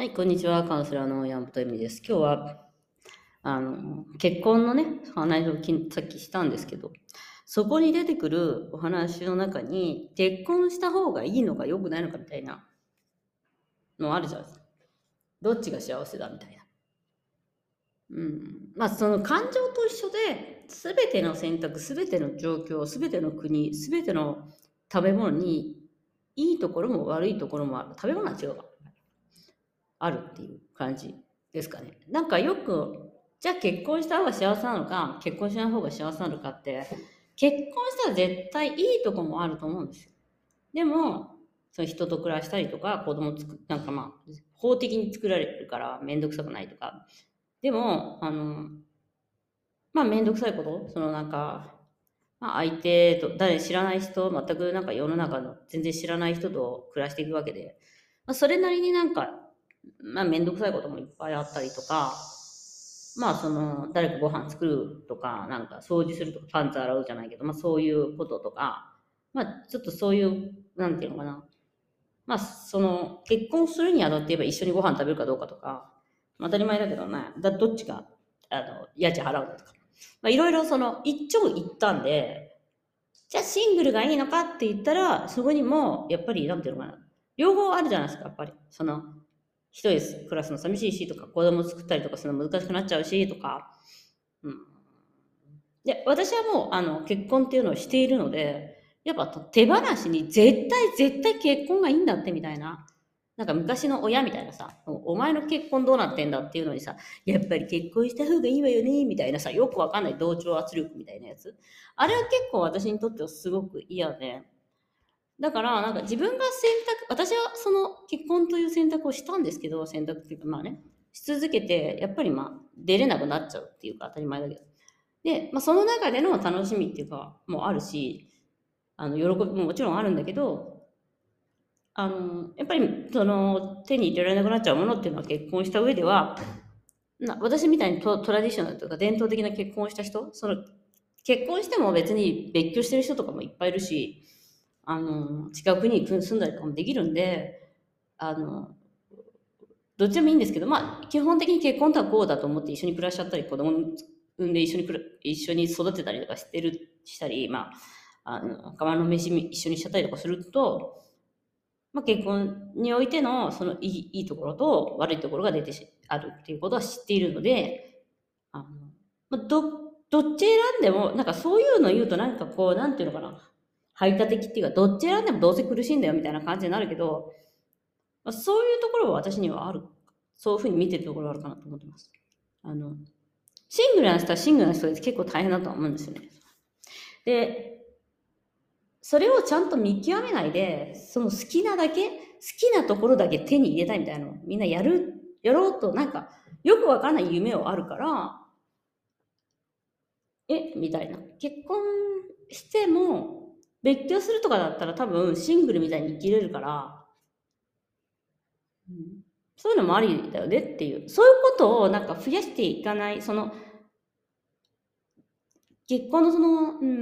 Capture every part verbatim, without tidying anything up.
はい、こんにちは。カウンセラーの山本恵美です。今日は、あの、結婚のね、話をきさっきしたんですけど、そこに出てくるお話の中に、結婚した方がいいのか良くないのかみたいなのあるじゃないですか。どっちが幸せだみたいな。うん。まあ、その感情と一緒で、すべての選択、すべての状況、すべての国、すべての食べ物に、いいところも悪いところもある。食べ物は違うか。あるっていう感じですかね。なんかよく、じゃあ結婚した方が幸せなのか、結婚しない方が幸せなのかって、結婚したら絶対いいとこもあると思うんですよ。でも、その人と暮らしたりとか、子供つく、なんかまあ、法的に作られてるからめんどくさくないとか。でも、あの、まあめんどくさいこと、そのなんか、まあ相手と、誰知らない人、全くなんか世の中の全然知らない人と暮らしていくわけで、まあそれなりになんかまあ、めんどくさいこともいっぱいあったりとか、まあ、その、誰かご飯作るとか、なんか掃除するとか、パンツ洗うじゃないけど、まあ、そういうこととか、まあ、ちょっとそういう、なんていうのかな。まあ、その、結婚するにあたって言えば一緒にご飯食べるかどうかとか、まあ、当たり前だけどね、だどっちが、あの、家賃払うかとか。まあ、いろいろその、一長一短で、じゃあシングルがいいのかって言ったら、そこにも、やっぱり、なんていうのかな。両方あるじゃないですか、やっぱり。その、一人で暮らすの寂しいしとか、子供作ったりとかするの難しくなっちゃうしとか。うん。で、私はもう、あの、結婚っていうのをしているので、やっぱ手放しに絶対絶対結婚がいいんだってみたいな。なんか昔の親みたいなさ、お前の結婚どうなってんだっていうのにさ、やっぱり結婚した方がいいわよね、みたいなさ、よくわかんない同調圧力みたいなやつ。あれは結構私にとってはすごく嫌で、だから、なんか自分が選択、私はその結婚という選択をしたんですけど、選択っていうか、まあね、し続けて、やっぱりまあ、出れなくなっちゃうっていうか当たり前だけど。で、まあその中での楽しみっていうか、もあるし、あの、喜びももちろんあるんだけど、あの、やっぱり、その、手に入れられなくなっちゃうものっていうのは結婚した上では、な私みたいにトトラディショナルというか伝統的な結婚をした人、その、結婚しても別に別居してる人とかもいっぱいいるし、あの、違う国に住んだりとかもできるんで、あの、どっちでもいいんですけど、まあ、基本的に結婚とはこうだと思って一緒に暮らしちゃったり、子供産んで一緒にくら一緒に育てたりとかしてる、したり、まあ、あの、釜の飯一緒にしちゃったりとかすると、まあ、結婚においてのそのいいいいところと悪いところが出てしあるっていうことは知っているので、あの、まあ、ど、どっち選んでも、なんかそういうの言うとなんかこう、なんていうのかな、排他的っていうか、どっち選んでもどうせ苦しいんだよみたいな感じになるけど、まあ、そういうところは私にはある。そういうふうに見てるところはあるかなと思ってます。あの、シングルな人はシングルな人で結構大変だと思うんですよね。で、それをちゃんと見極めないで、その好きなだけ、好きなところだけ手に入れたいみたいなのをみんなやる、やろうとなんか、よくわかんない夢をあるから、えみたいな。結婚しても、別居するとかだったら多分シングルみたいに生きれるから、うん、そういうのもありだよねっていう。そういうことをなんか増やしていかない、その、結婚のその、うん、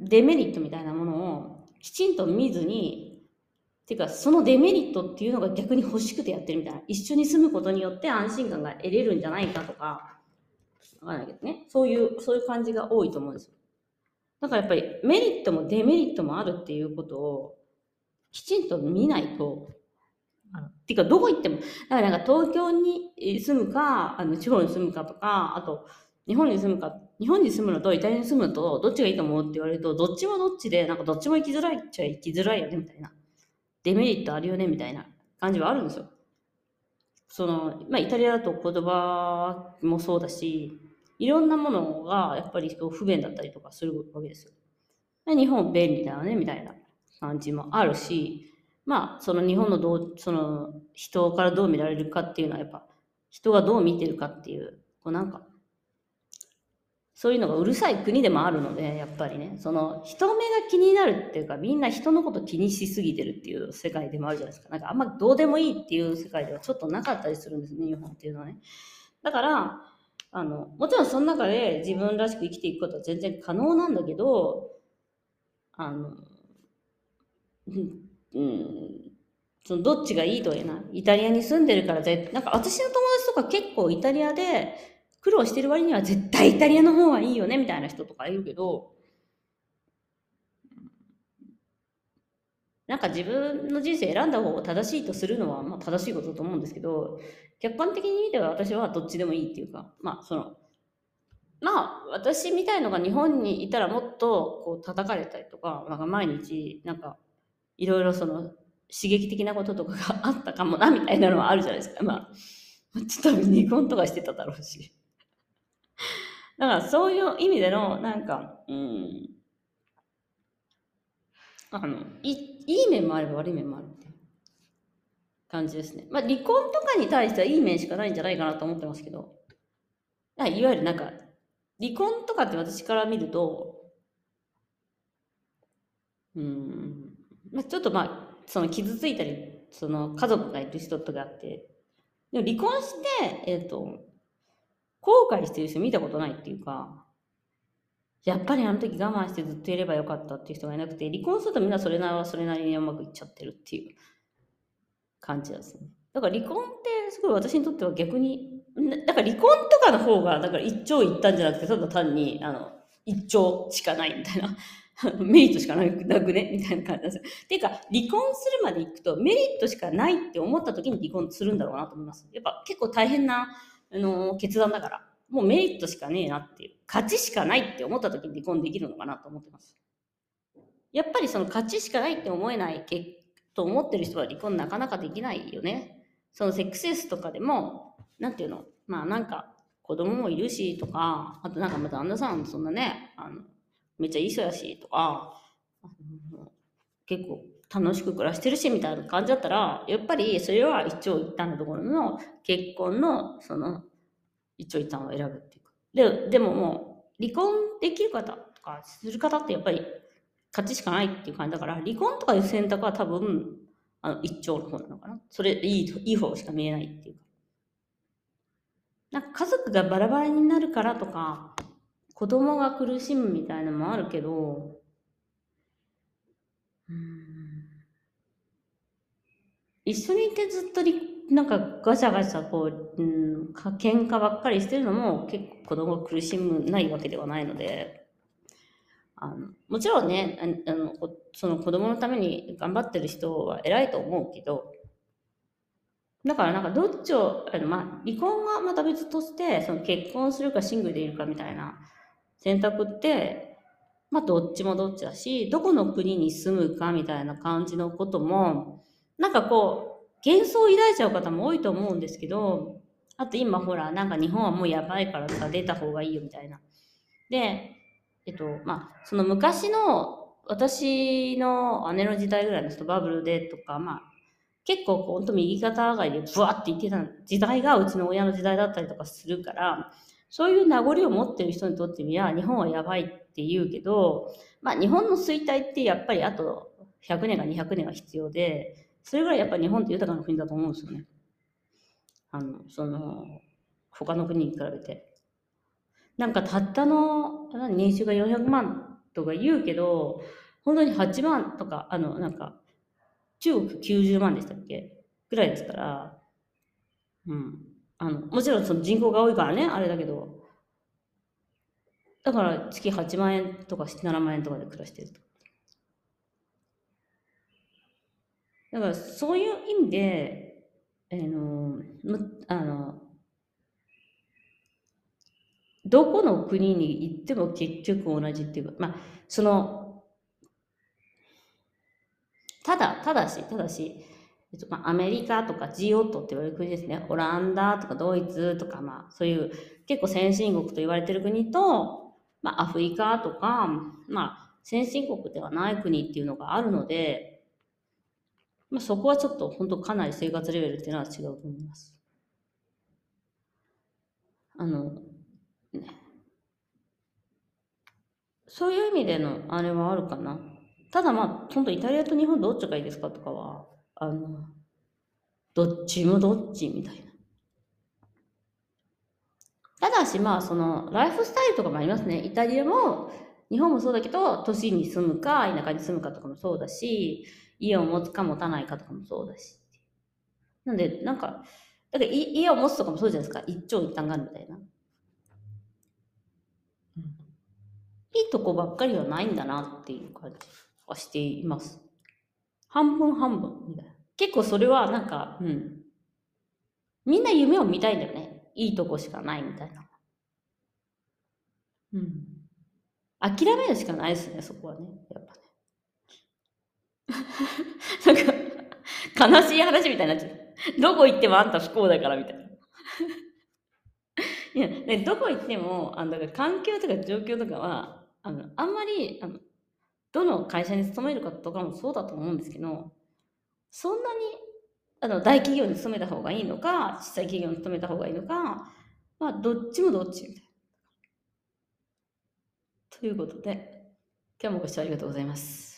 デメリットみたいなものをきちんと見ずに、っていうか、そのデメリットっていうのが逆に欲しくてやってるみたいな。一緒に住むことによって安心感が得れるんじゃないかとか、わかんないけどね。そういう、そういう感じが多いと思うんですよ。だからやっぱりメリットもデメリットもあるっていうことをきちんと見ないと、あのてかどこ行っても、だからなんか東京に住むか、あの地方に住むかとか、あと日本に住むか、日本に住むのとイタリアに住むのとどっちがいいと思うって言われると、どっちもどっちで、なんかどっちも行きづらいっちゃ行きづらいよねみたいな。デメリットあるよねみたいな感じはあるんですよ。その、まあイタリアだと言葉もそうだし、いろんなものがやっぱり不便だったりとかするわけですよ。日本便利だよねみたいな感じもあるし、まあ、その日本のどう、その人からどう見られるかっていうのはやっぱ人がどう見てるかっていう、こうなんか、そういうのがうるさい国でもあるので、やっぱりね、その人目が気になるっていうか、みんな人のこと気にしすぎてるっていう世界でもあるじゃないですか。なんかあんまどうでもいいっていう世界ではちょっとなかったりするんですね、日本っていうのはね。だから、あの、もちろんその中で自分らしく生きていくことは全然可能なんだけど、あの、うん、うんそのどっちがいいとは言えない。イタリアに住んでるからぜ、なんか私の友達とか結構イタリアで苦労してる割には絶対イタリアの方がいいよねみたいな人とかいるけど、なんか自分の人生選んだ方を正しいとするのはまあ正しいことだと思うんですけど、客観的に見ては私はどっちでもいいっていうか、まあその、まあ私みたいのが日本にいたらもっとこう叩かれたりとか、なんか毎日なんかいろいろその刺激的なこととかがあったかもなみたいなのはあるじゃないですか。まあ、ちょっと離婚とかしてただろうし。だからそういう意味での、なんか、うん、あの、いいい面もあれば悪い面もあるっていう感じですね。まあ離婚とかに対してはいい面しかないんじゃないかなと思ってますけど、いわゆるなんか、離婚とかって私から見ると、うん、まあ、ちょっとまあ、その傷ついたり、その家族がいる人とかあって、でも離婚して、えっ、と、後悔してる人見たことないっていうか、やっぱりあの時我慢してずっといればよかったっていう人がいなくて、離婚するとみんなそれなりはそれなりにうまくいっちゃってるっていう感じなんですね。だから離婚ってすごい私にとっては逆に、だから離婚とかの方が、だから一長一短じゃなくて、ただ単に、あの、一長しかないみたいな、メリットしかなくなくねみたいな感じなんですよ。っていうか、離婚するまでいくとメリットしかないって思った時に離婚するんだろうなと思います。やっぱ結構大変な、あの、決断だから、もうメリットしかねえなっていう、勝ちしかないって思った時に離婚できるのかなと思ってます。やっぱりその勝ちしかないって思えないけと思ってる人は離婚なかなかできないよね。そのセックスレスとかでも、なんていうの、まあなんか子供もいるしとか、あとなんかまた旦那さんそんなね、あのめっちゃいい人やしとか、あの結構楽しく暮らしてるしみたいな感じだったら、やっぱりそれは一長一短のところの結婚のその一長一短を選ぶっていうか。で、でももう離婚できる方とかする方ってやっぱり勝ちしかないっていう感じだから、離婚とかいう選択は多分、あの、一丁の方なのかな。それ、いい、いい方しか見えないっていうか。なんか家族がバラバラになるからとか、子供が苦しむみたいなのもあるけど、うん、一緒にいてずっとりなんかガチャガチャこう、うん、か喧嘩ばっかりしてるのも結構子供が苦しむないわけではないので、あのもちろんね、ああのその子供のために頑張ってる人は偉いと思うけど、だからなんかどっちを、あのまあ、離婚はまた別として、その結婚するかシングルでいるかみたいな選択って、まあどっちもどっちだし、どこの国に住むかみたいな感じのことも、なんかこう、幻想を抱いちゃう方も多いと思うんですけど、あと今ほら、なんか日本はもうやばいからさ、出た方がいいよみたいな。で、えっと、まあ、その昔の私の姉の時代ぐらいの人バブルでとか、まあ、結構ほんと右肩上がりでブワって言ってた時代がうちの親の時代だったりとかするから、そういう名残を持ってる人にとってみりゃ、日本はやばいって言うけど、まあ日本の衰退ってやっぱりあとひゃくねんかにひゃくねんが必要で、それぐらいやっぱり日本って豊かな国だと思うんですよね。あの、その、他の国に比べて。なんかたったの、年収がよんひゃくまんとか言うけど、本当にはちまんとか、あの、なんか、中国きゅうじゅうまんでしたっけぐらいですから、うん。あの、もちろんその人口が多いからね、あれだけど、だから月はちまん円とかななまん円とかで暮らしてると。だからそういう意味で、あの、あの、どこの国に行っても結局同じっていうか、まあ、その、ただ、ただし、ただし、えっとまあ、アメリカとか ジーオット って言われる国ですね。オランダとかドイツとか、まあ、そういう結構先進国と言われてる国と、まあ、アフリカとか、まあ、先進国ではない国っていうのがあるので、まあ、そこはちょっと本当かなり生活レベルっていうのは違うと思います。あの、ね、そういう意味でのあれはあるかな。ただまあ、本当イタリアと日本どっちがいいですかとかは、あの、どっちもどっちみたいな。ただしまあ、その、ライフスタイルとかもありますね。イタリアも、日本もそうだけど、都市に住むか、田舎に住むかとかもそうだし、 家を持つか持たないかとかもそうだし。なんで、なんか、だからい家を持つとかもそうじゃないですか。一長一短があるみたいな。いいとこばっかりはないんだなっていう感じはしています。半分半分みたいな。結構それはなんか、うん。みんな夢を見たいんだよね。いいとこしかないみたいな。うん。諦めるしかないですね、そこはね。やっぱね。なんか、悲しい話みたいになっちゃう。どこ行ってもあんた不幸だからみたいな。いや、ね、どこ行っても、あの、だから環境とか状況とかは、あの、あんまり、あの、どの会社に勤めるかとかもそうだと思うんですけど、そんなに、あの、大企業に勤めた方がいいのか、小さい企業に勤めた方がいいのか、まあ、どっちもどっちみたいな。ということで、今日もご視聴ありがとうございます。